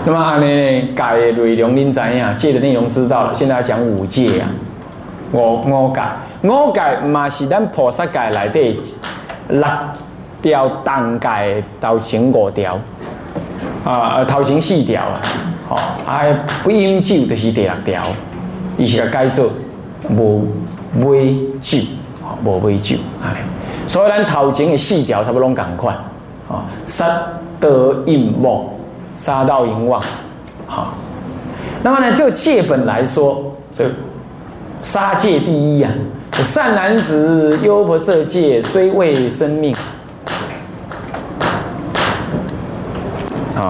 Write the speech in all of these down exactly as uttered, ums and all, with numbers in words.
那么按呢戒的内容您知影，戒的内容知道了，现在要讲五戒啊，五五戒，五戒嘛是咱菩萨戒内底六条当戒头前五条，啊头前四条啊，吼、哦，啊不饮酒就是第六条，伊是个改做无买酒，无买酒，啊，所以咱头前的四条差不多拢共款，啊，杀得淫妄。杀盗淫妄，好。那么呢，就戒本来说，这杀戒第一啊。善男子，优婆塞戒，虽为生命。啊，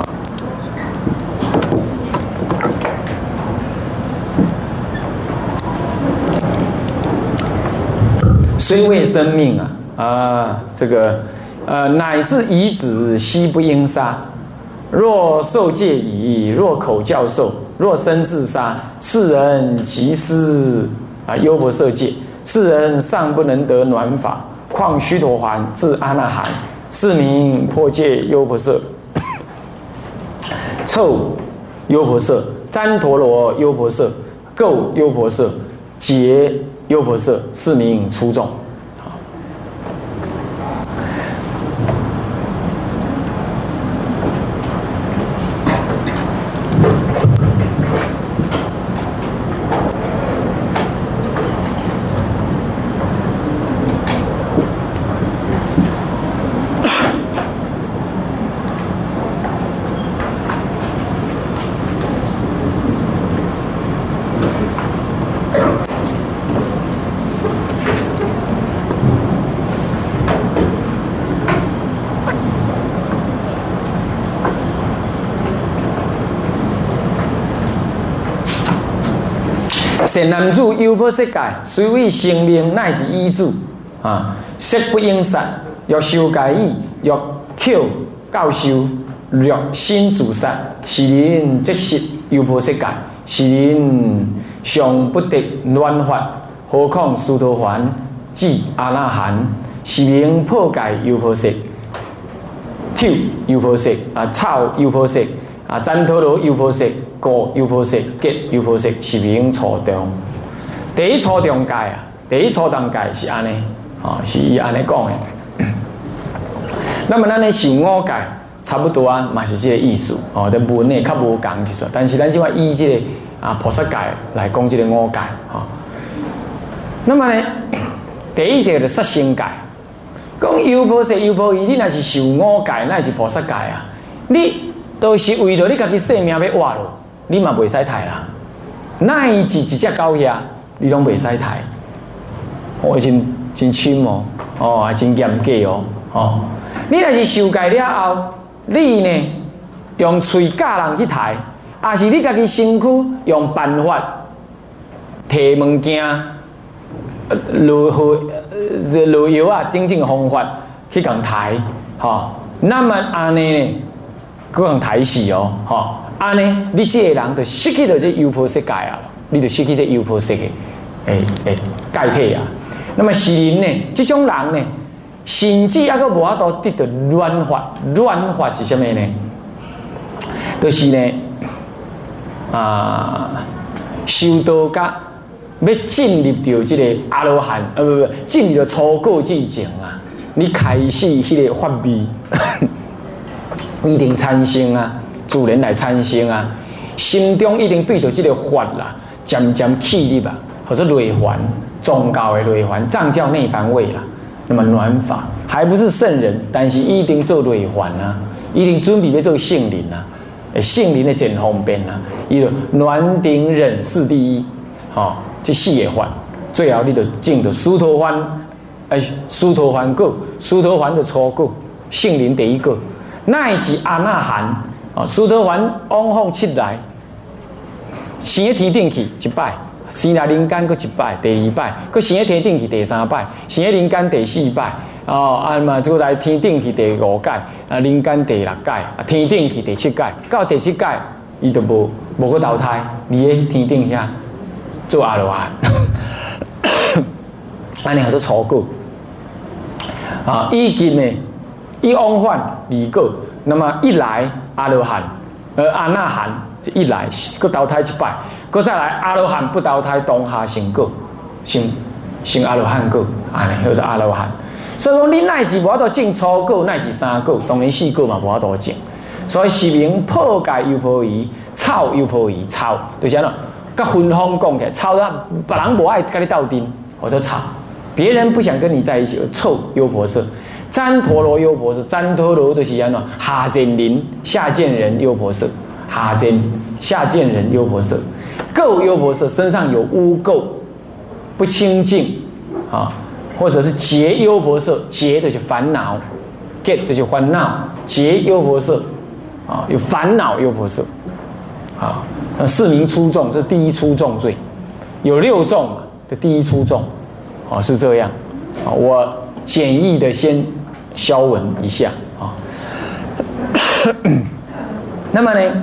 虽为生命啊啊，这个呃，乃至遗子，悉不应杀。若受戒已，若口教授，若身自杀，世人即施啊优婆塞戒，世人尚不能得暖法，况须陀洹至阿那含，是名破戒优婆塞。臭优婆塞，旃陀罗优婆塞，垢优婆塞，洁优婆塞，是名初众。善男子优婆塞戒，虽为生命乃至医治啊，色不应杀，欲受戒意，欲口教授，欲心自杀，是人即失优婆塞戒，是人尚不得暖法，何况须陀洹至阿那含，是名破戒优婆塞。臭优婆塞啊，草优婆塞啊，旃陀罗优婆塞。故优婆塞、洁优婆塞是名初中，第一初中戒啊，第一初中戒是安尼，啊、哦，是伊安尼讲的。那么咱咧受五戒差不多啊，嘛是这个意思哦。但文呢较无共一撮，但是咱即话以这个啊菩萨戒来讲这个五戒啊、哦。那么呢，第一条就杀生戒，讲优婆塞、优婆夷，你若是受五戒，那是菩萨戒啊，你都是为了你家己性命要活咯。你嘛袂使杀啦，乃至一只狗遐，你拢袂使杀。哦，真真深哦，哦，还真严格哦，哦。你若是受戒了后，你呢用喙教人去杀，还是你家己身躯用办法摕物件、落落落药啊，种种方法去共杀，吼、哦。那么安尼呢，佮人杀死哦，吼、哦。安尼，你这个人就失去了这优婆塞戒啊，你就失去这优婆塞的诶诶戒体啊。那么是人呢，这种人呢，甚至还阁无法度得到暖法。暖法是什么呢？就是呢啊，修道家要进入到这个阿罗汉，呃不不，进入到初果之前啊，你开始迄个法味一定产生啊。自然来产生啊，心中一定对着这个法啦，渐渐起入啊，或者内环宗教的内环，藏教内环位啦。那么暖法还不是圣人，但是一定做内环啊，一定准备要做圣人啊。诶，圣人的真方便啊，伊就暖顶忍四第一，吼、哦，这四个法，最后你就进到须陀洹，诶，须陀洹果，须陀洹的初果，圣人第一个，乃至阿那含。啊，须陀洹往返七来，生天顶去一摆，生来人间佫一摆，第二摆，佫生天顶去第三摆，生人间第四摆，哦，啊嘛，这个来天顶去第五届，啊人间第六届，啊天顶去第七届，到第七届，伊就无无个投胎，伫咧天顶遐做阿罗汉，安尼叫做初果。啊，已经呢，一往返二果，那么一来阿罗汉， 而阿那含就一来，搁投胎一摆，搁再来阿罗汉不投胎，当下成果，成成阿罗汉果，安尼叫做阿罗汉。所以讲，你乃至无法度种初果，乃至三果，当然四果嘛无法度种。所以是名破戒又破疑，臭又破疑，臭就是安怎？甲芬芳讲起来，臭到别人无爱跟你斗阵，我就臭。别人不想跟你在一起，臭优婆塞。旃陀罗优婆塞，旃陀罗就是安怎？下贱人、下贱人优婆塞，下贱下贱人优婆塞，垢优婆塞身上有污垢，不清净啊。或者是结优婆塞，结就是烦恼 ，get 就是烦恼，结优婆塞啊，有烦恼优婆塞啊。那四名初众是第一初众罪，有六众的第一初众，啊是这样啊。我简易的先消文一下啊。那么呢，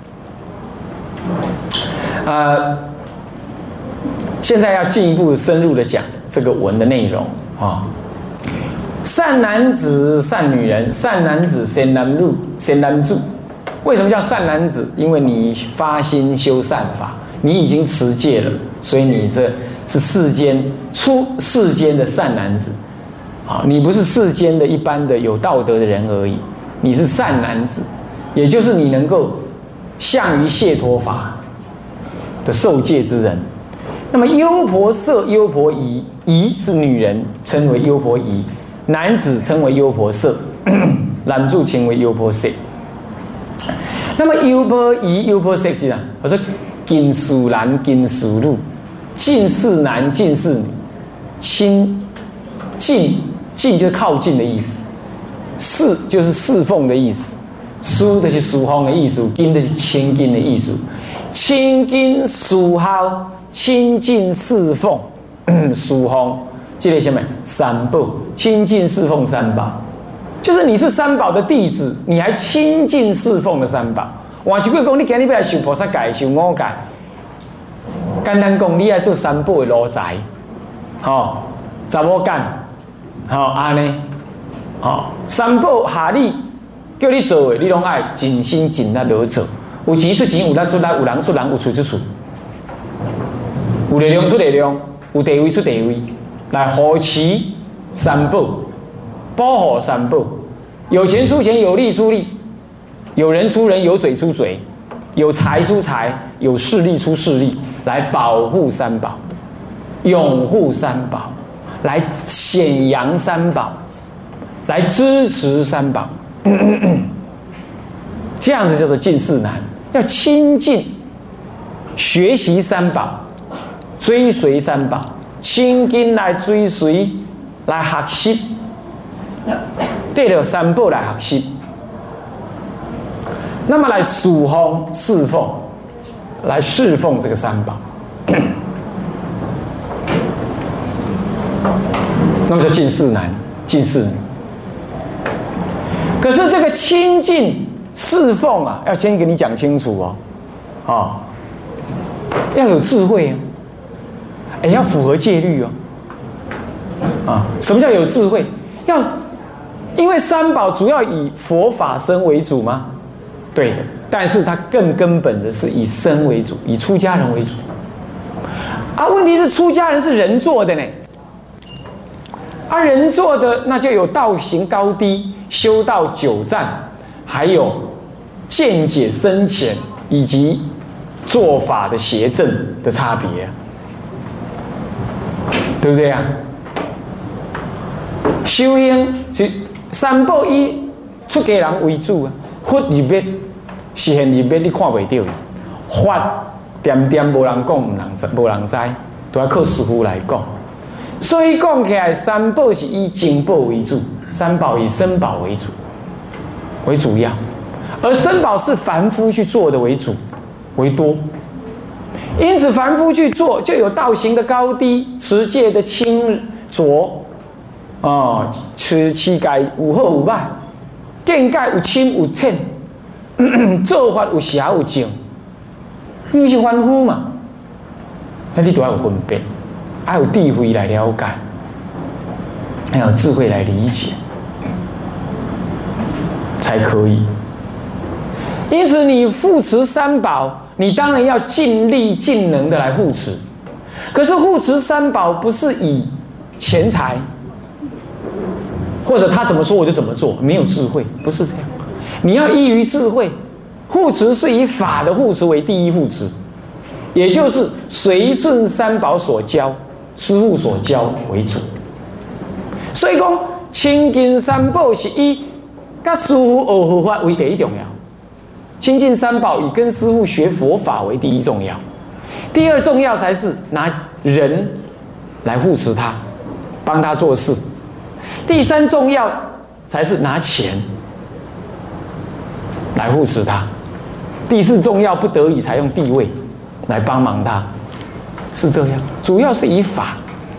呃，现在要进一步深入的讲这个文的内容啊。善男子、善女人，善男子善男女、善男子。为什么叫善男子？因为你发心修善法，你已经持戒了，所以你这是世间出世间的善男子啊！你不是世间的一般的有道德的人而已，你是善男子，也就是你能够向于解脱法的受戒之人。那么优婆塞、优婆夷，夷是女人，称为优婆夷；男子称为优婆塞，男子称为优婆塞。那么优婆夷、优婆塞是啊，我说近事男、近事女，近事男、近事女，亲近近就是靠近的意思，侍就是侍奉的意思，书就是侍奉的意思，近就是亲近的意思，亲近属孝。亲近侍奉，属奉，这类什么三宝？亲近侍奉三宝，就是你是三宝的弟子，你还亲近侍奉的三宝。换一句讲，你今日要来受菩萨戒、受五戒，简单讲，你要做三宝的奴才，吼、哦，查某干，吼安尼，吼三宝下你叫你做的，你拢爱尽心尽力落做。有钱出钱，有力出力，有人出人，有厝出厝。有力量出力量，有地位出地位，来护持三宝，保护三宝。有钱出钱，有力出力，有人出人，有嘴出嘴，有财出财，有势力出势力，来保护三宝，拥护三宝，来显扬三宝，来支持三宝。这样子叫做近事男，要亲近，学习三宝。追随三宝，亲近来追随，来学习，对着三宝来学习。那么来属奉侍奉，来侍奉这个三宝。那么就近事男，近事女。可是这个亲近侍奉啊，要先给你讲清楚哦，啊、哦，要有智慧啊。也要符合戒律哦，啊，什么叫有智慧？要，因为三宝主要以佛法僧为主吗？对的，但是它更根本的是以僧为主，以出家人为主。啊，问题是出家人是人做的呢，啊，人做的那就有道行高低、修道久暂，还有见解深浅以及做法的邪正的差别。对不对啊？修行是三宝以出家人为主啊，佛入灭是现入灭，你看袂到。法点点无人讲，无人知，无人知，都要靠师父来讲。所以讲起来，三宝是以经宝为主，三宝以僧宝为主为主要，而僧宝是凡夫去做的为主为多。因此，凡夫去做，就有道行的高低、持戒的清浊，哦，持持戒有好有歹，见解有深有浅，做法有邪有正，因为是凡夫嘛，那你都要有分辨，还有智慧来了解，还有智慧来理解，才可以。 因此，你护持三宝，你当然要尽力尽能的来护持。可是护持三宝不是以钱财，或者他怎么说我就怎么做，没有智慧，不是这样。你要依于智慧，护持是以法的护持为第一护持，也就是随顺三宝所教、师父所教为主。所以讲，亲近三宝是以跟师父学佛法为第一重要。亲近三宝以跟师父学佛法为第一重要，第二重要才是拿人来护持他，帮他做事。第三重要才是拿钱来护持他。第四重要不得已才用地位来帮忙他，是这样。主要是以法。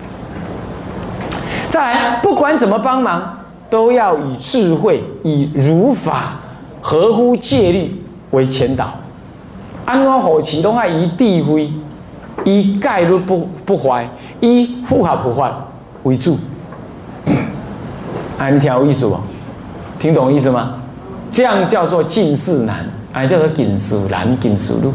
再来，不管怎么帮忙，都要以智慧、以如法、合乎戒律为前导。安怎护持拢爱以智慧、以戒律不不坏、以符合普法为主。啊，你听有意思不？听懂意思吗？这样叫做近事难，哎，叫做近事难、近事路。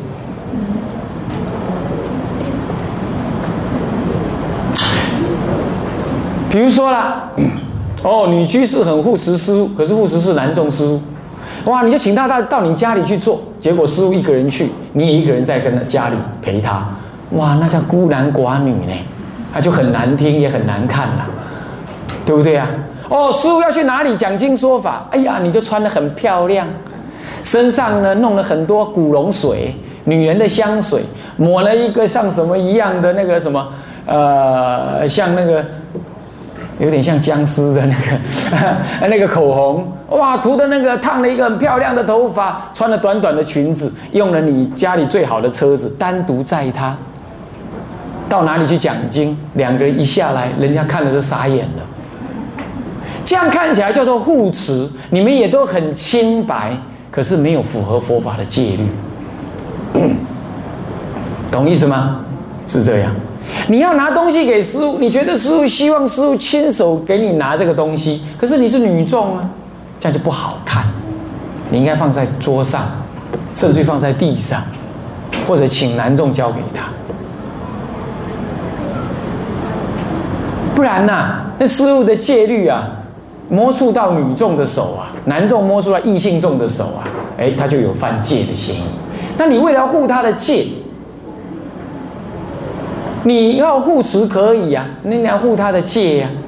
比如说啦，哦，女居士很护持师父，可是护持是男众师父，哇，你就请他到到你家里去做，结果师父一个人去，你也一个人在跟他家里陪他，哇，那叫孤男寡女呢，那就很难听也很难看啦，对不对啊？哦，师父要去哪里讲经说法，哎呀，你就穿得很漂亮，身上呢弄了很多古龙水，女人的香水，抹了一个像什么一样的那个什么，呃，像那个。有点像僵尸的那个那个口红，哇，涂的那个烫了一个很漂亮的头发，穿了短短的裙子，用了你家里最好的车子，单独载他到哪里去讲经，两个人一下来，人家看了就傻眼了。这样看起来叫做护持，你们也都很清白，可是没有符合佛法的戒律，懂意思吗？是这样。你要拿东西给师父，你觉得师父希望师父亲手给你拿这个东西，可是你是女众啊，这样就不好看。你应该放在桌上，甚至放在地上，或者请男众交给他。不然呐、啊，那师父的戒律啊，摸触到女众的手啊，男众摸触到异性众的手啊，哎，他就有犯戒的嫌疑。那你为了护他的戒，你要护持可以啊，你要护他的戒呀、啊，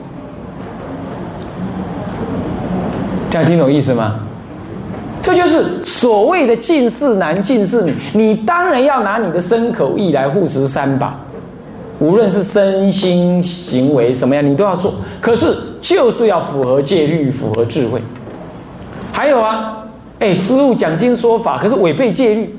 这样听懂意思吗？这就是所谓的近事难近事女。你当然要拿你的身口意来护持三宝，无论是身心行为什么样，你都要做。可是就是要符合戒律，符合智慧。还有啊，哎，师父讲经说法，可是违背戒律，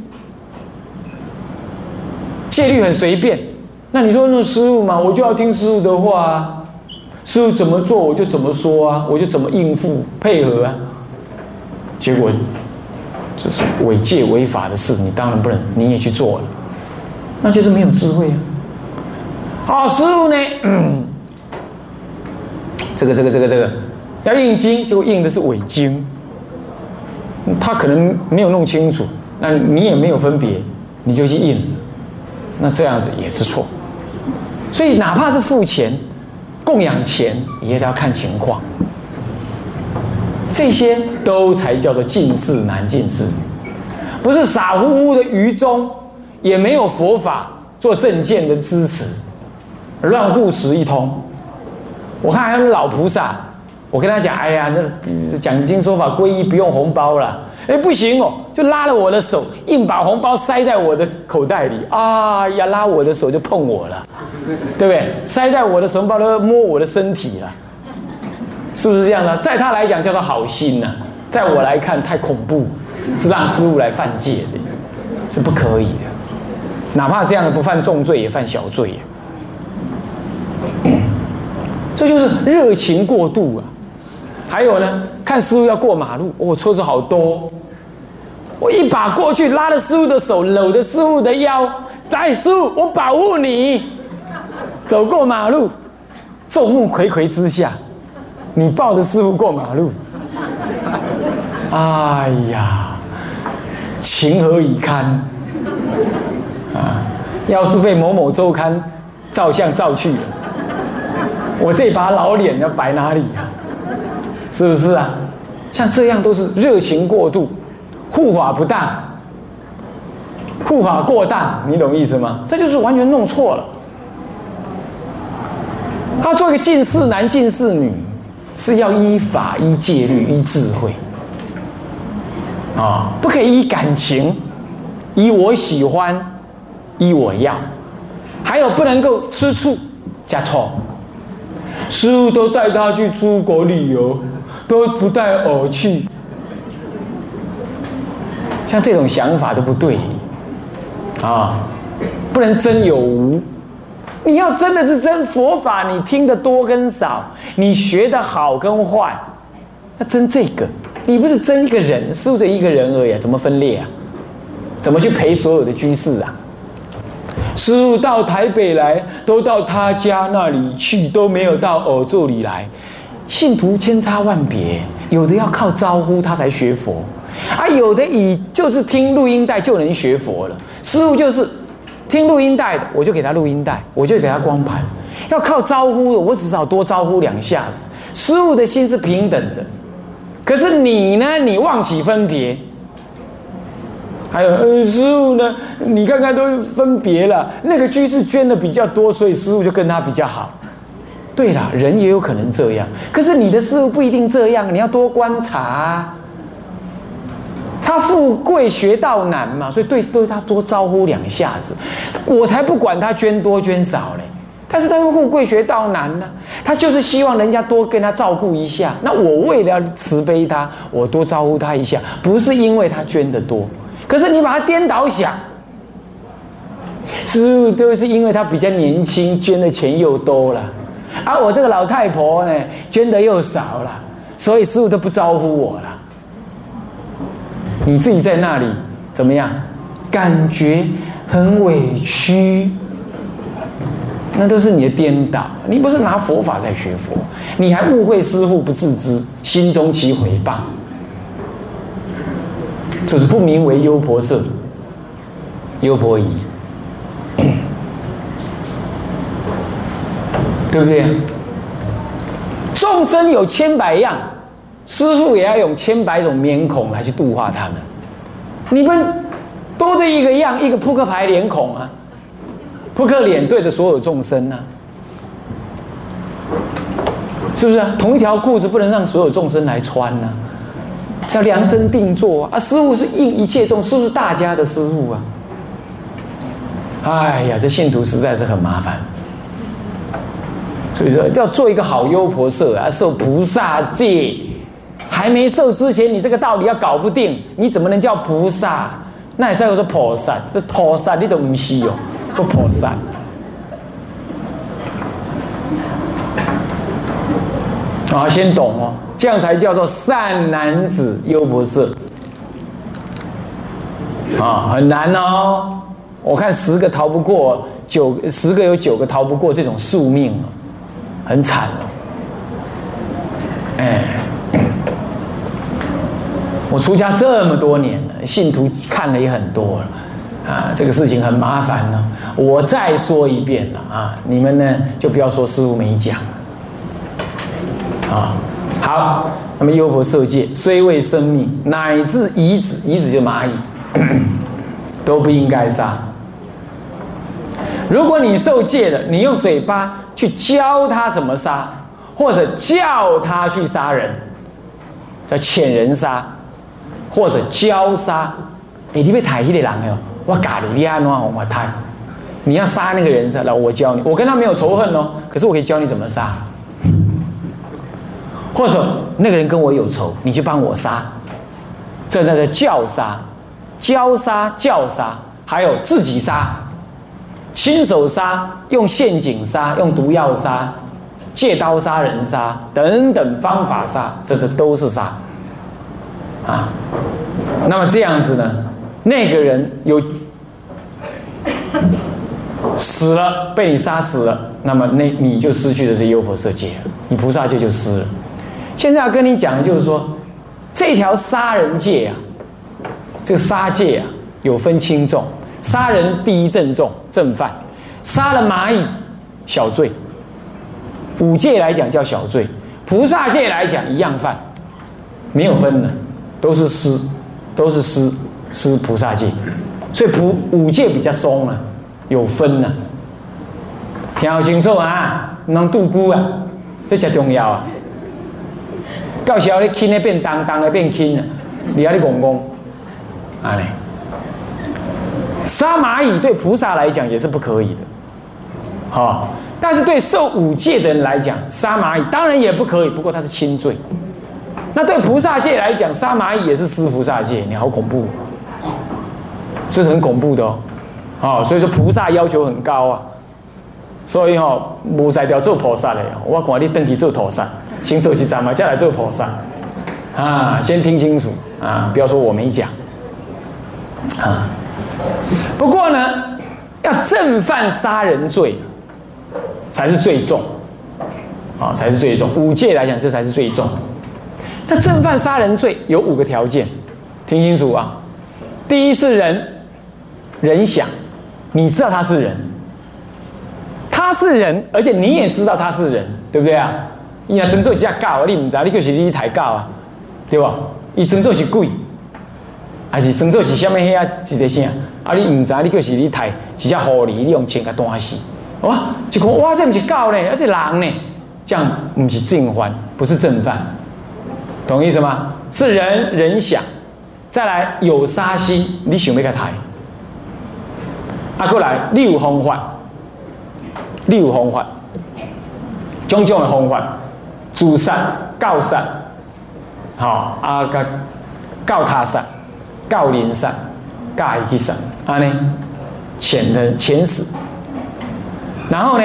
戒律很随便。那你说那师父嘛，我就要听师父的话啊，师父怎么做我就怎么说啊，我就怎么应付配合啊。结果这是违戒违法的事，你当然不能，你也去做了，那就是没有智慧啊。好、哦，师父呢，嗯，这个这个这个这个要印经，结果印的是伪经，他可能没有弄清楚，那你也没有分别，你就去印，那这样子也是错。所以哪怕是付钱供养钱，也得要看情况。这些都才叫做近事难近事女，不是傻乎乎的愚忠，也没有佛法做正见的支持，乱护持一通。我看还有老菩萨，我跟他讲，哎呀，那讲经说法皈依不用红包了，哎，不行哦，就拉了我的手，硬把红包塞在我的口袋里，啊呀，拉我的手就碰我了，对不对？塞在我的手包都摸我的身体了。是不是这样呢？在他来讲叫做好心呢、啊，在我来看太恐怖，是让师父来犯戒的，是不可以的。哪怕这样的不犯重罪，也犯小罪、啊。这就是热情过度啊！还有呢，看师父要过马路，哦，车子好多，我一把过去，拉着师父的手，搂着师父的腰，来，师父，我保护你。走过马路，众目睽睽之下。你抱着师父过马路，哎呀， 情何以堪啊！要是被某某周刊照相照去了，我这把老脸要摆哪里啊？是不是啊？像这样都是热情过度，护法不当，护法过当，你懂意思吗？这就是完全弄错了。他做一个近似男近似女，是要依法依戒律依智慧啊，不可以依感情，依我喜欢，依我要，还有不能够吃醋加错。师父都带他去出国旅游，都不带我去，像这种想法都不对啊，不能真有无。你要真的是真佛法，你听得多跟少，你学得好跟坏，那真这个，你不是真一个人，师父这一个人而已，怎么分裂啊？怎么去陪所有的居士啊？师父到台北来，都到他家那里去，都没有到偶座里来。信徒千差万别，有的要靠招呼他才学佛，啊，有的以就是听录音带就能学佛了。师父就是听录音带的，我就给他录音带，我就给他光盘。要靠招呼的，我至少多招呼两下子。师父的心是平等的，可是你呢？你妄起分别。还有，呃，师父呢？你看看都分别了。那个居士捐的比较多，所以师父就跟他比较好。对啦，人也有可能这样，可是你的师父不一定这样，你要多观察啊。他富贵学道难嘛，所以对对他多招呼两下子，我才不管他捐多捐少嘞。但是他富贵学道难呢、啊，他就是希望人家多跟他照顾一下。那我为了慈悲他，我多招呼他一下，不是因为他捐得多。可是你把它颠倒想，师父都是因为他比较年轻，捐的钱又多了，而、啊、我这个老太婆呢，捐的又少了，所以师父都不招呼我了。你自己在那里怎么样？感觉很委屈，那都是你的颠倒。你不是拿佛法在学佛，你还误会师父不自知，心中起毁谤。这是不名为优婆塞、优婆夷，对不对？众生有千百样，师父也要用千百种面孔来去度化他们。你们多这一个样，一个扑克牌脸孔啊，扑克脸对着所有众生啊，是不是啊？同一条裤子不能让所有众生来穿啊。要量身定做啊！啊，师父是应一切众，师父是大家的师父啊！哎呀，这信徒实在是很麻烦。所以说，要做一个好优婆塞啊，受菩萨戒，还没受之前，你这个道理要搞不定，你怎么能叫菩萨？那也是要说菩萨，这菩萨你都不是哦，说菩萨。啊，先懂哦。这样才叫做善男子优婆塞啊，很难哦。我看十个逃不过九，十个有九个逃不过这种宿命哦，很惨哦。哎，我出家这么多年了，信徒看了也很多了啊，这个事情很麻烦呢、哦。我再说一遍了啊，你们呢就不要说师父没讲啊。好，那么优婆塞戒虽为生命，乃至遗子，遗子就蚂蚁，都不应该杀。如果你受戒了，你用嘴巴去教他怎么杀，或者叫他去杀人，叫遣人杀，或者教杀。哎，你被抬一个人哦，我教你，你按怎我抬？你要杀那个人是吧？我教你，我跟他没有仇恨哦，可是我可以教你怎么杀。或者那个人跟我有仇，你去帮我杀，这叫做教杀、教杀、教杀，还有自己杀、亲手杀、用陷阱杀、用毒药杀、借刀杀人杀等等方法杀，这个都是杀啊。那么这样子呢，那个人有死了，被你杀死了，那么那你就失去的是优婆塞戒了，你菩萨戒就失了。现在要跟你讲的就是说，这条杀人戒啊， 这个杀戒啊有分轻重，杀人第一正重正犯，杀了蚂蚁小罪，五戒来讲叫小罪，菩萨戒来讲一样犯，没有分的，都是施，都是施施菩萨戒，所以菩五戒比较松啊，有分啊，听清楚啊，不能度孤啊，这才重要啊。到时候你轻的变重，重的变轻了，你要你讲讲，啊嘞，杀蚂蚁对菩萨来讲也是不可以的，好、哦，但是对受五戒的人来讲，杀蚂蚁当然也不可以，不过它是轻罪。那对菩萨戒来讲，杀蚂蚁也是施菩萨戒，你好恐怖，这是很恐怖的哦。哦，所以说菩萨要求很高啊，所以哦，无才调做菩萨的，我看你登去做菩萨。先做一站嘛，再来做菩萨啊！先听清楚啊，不要说我没讲啊。不过呢，要正犯杀人罪才是最重啊，才是最重。五戒来讲，这才是最重。那正犯杀人罪有五个条件，听清楚啊。第一是人，人想，你知道他是人，他是人，而且你也知道他是人，对不对啊？伊若装作一只狗啊，你唔知，你就是你抬狗啊，对吧？伊装作是鬼，还是装作是什么遐一个啥？啊，你唔知，你就是你抬一只狐狸，你用钱给断死。哇，就讲哇，这不是狗呢，而是人呢，这样不是正犯，不是正犯，懂意思吗？是人人想，再来有杀心，你想要给抬。啊，过来你有方法，你有方法，种种的方法。自杀、告杀，好、哦、啊，个告他杀、告人杀、告伊去杀，安尼潜的潜死。然后呢，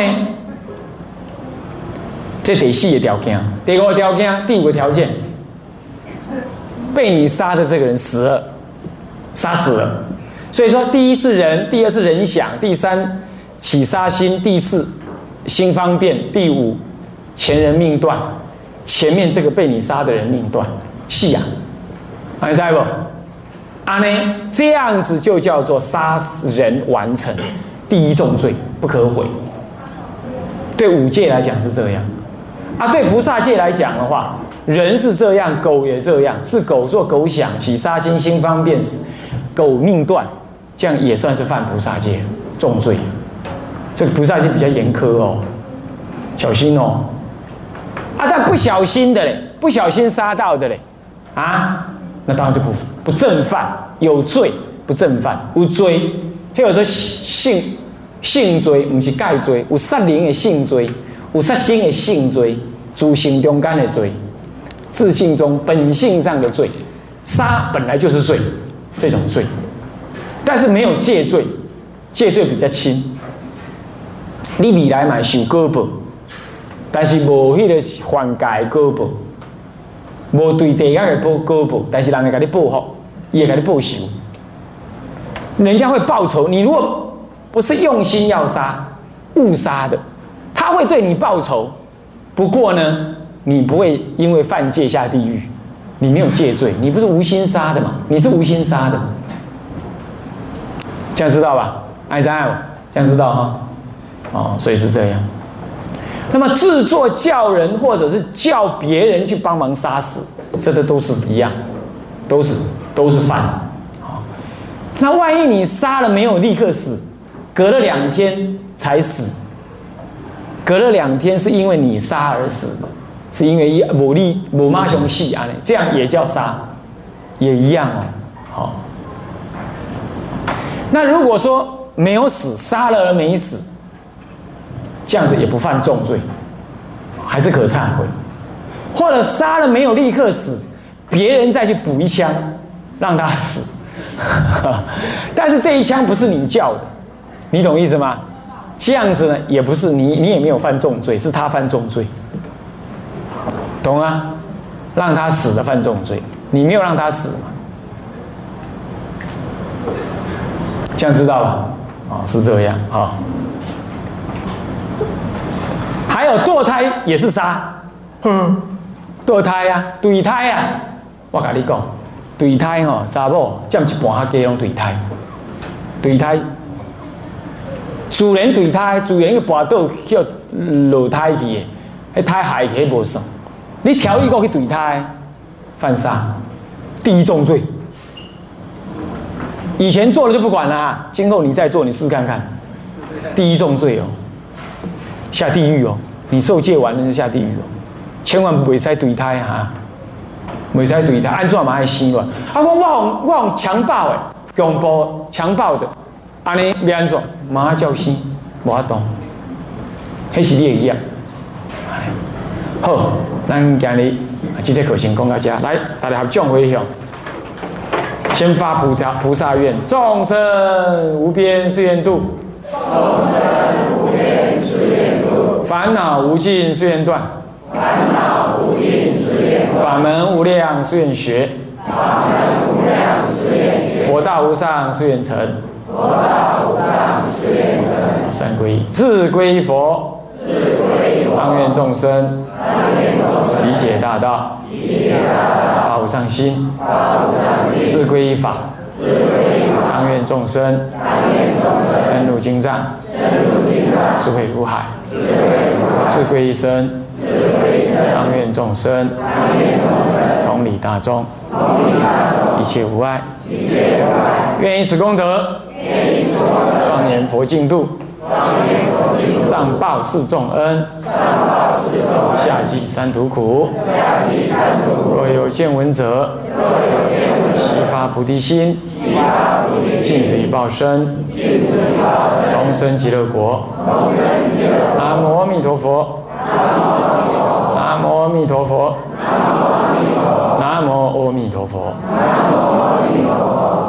这第四个条件，第五个条件，第五个条件，被你杀的这个人死了，杀死了。所以说，第一是人，第二是人想，第三起杀心，第四心方便，第五前人命断。前面这个被你杀的人命断，是啊，还知不？啊呢，这样子就叫做杀人完成第一重罪，不可悔。对五戒来讲是这样，啊，对菩萨戒来讲的话，人是这样，狗也这样，是狗做狗想，起杀心，心方便死，狗命断，这样也算是犯菩萨戒重罪。这个菩萨戒比较严苛哦，小心哦。啊，但不小心的嘞，不小心杀到的嘞，啊，那当然就不不正犯，有罪不正犯，有罪，或者说性性罪，不是戒罪，有杀人的性罪，有杀心的性罪，主性中间的罪，自性中本性上的罪，杀本来就是罪，这种罪，但是没有戒罪，戒罪比较轻，你未来嘛受果报。但是无迄个还戒果报，无对地狱的报果报，但是人会给你报复，也给你报仇，人家会报仇。你如果不是用心要杀，误杀的，他会对你报仇。不过呢，你不会因为犯戒下地狱，你没有戒罪，你不是无心杀的嘛？你是无心杀的，这样知道吧？爱在爱，这样知道哈？哦，所以是这样。那么制作叫人或者是叫别人去帮忙杀死，这个都是一样，都是都是犯。那万一你杀了没有立刻死，隔了两天才死，隔了两天是因为你杀而死的，是因为某力某妈熊戏啊，这样也叫杀，也一样哦。好，那如果说没有死，杀了而没死。这样子也不犯重罪，还是可忏悔，或者杀了没有立刻死，别人再去补一枪让他死，但是这一枪不是你叫的，你懂意思吗？这样子呢也不是你，你也没有犯重罪，是他犯重罪，懂吗？让他死了犯重罪，你没有让他死嘛？这样知道吧？啊、哦，是这样啊。哦，还有堕胎也是杀，嗯，堕胎啊，堕胎啊，我跟你讲， 对胎吼，查某占一半较加拢对胎，对胎。自然对胎，自然个跋倒叫落胎去的，迄胎害起无算。你调意过去对胎，犯杀，第一重罪。以前做了就不管了，今后你再做，你试看看，第一重罪哦，下地狱哦。你受戒完了就下地狱哦，千万不会使对胎哈，袂使对胎，安怎嘛爱生乱？啊，我我用我用强暴的，强暴强暴的。安尼要安怎？马上叫生，无法度，迄是你的业。好，咱今日这节课先讲到这，来，大家合掌回向，先发菩萨菩萨愿，众生无边誓愿度，众生无边誓愿度，烦恼无尽誓愿断，烦恼无尽誓愿断，法门无量誓愿学，法门无量誓愿学，佛道无上誓愿成。佛道无上誓愿成，三皈依，自归佛，自归佛，当愿众生，当愿众生，理解大道，理解大道，发无上心，发无上心，自归依法，自归依法，当愿众生，当愿众生，深入经藏，深入经藏，智慧如海，智慧如海，自归一生，自归一生，当愿众生，当愿众生，同理大众，同理大众，一切无碍，一切无碍，愿以此功德。庄严佛净土，上报四重恩，下济三途苦。若有见闻者，悉发菩提心，尽此一报身，同生极乐国。南无阿弥陀佛，南无阿弥陀佛，南无阿弥陀佛，南无阿弥陀佛。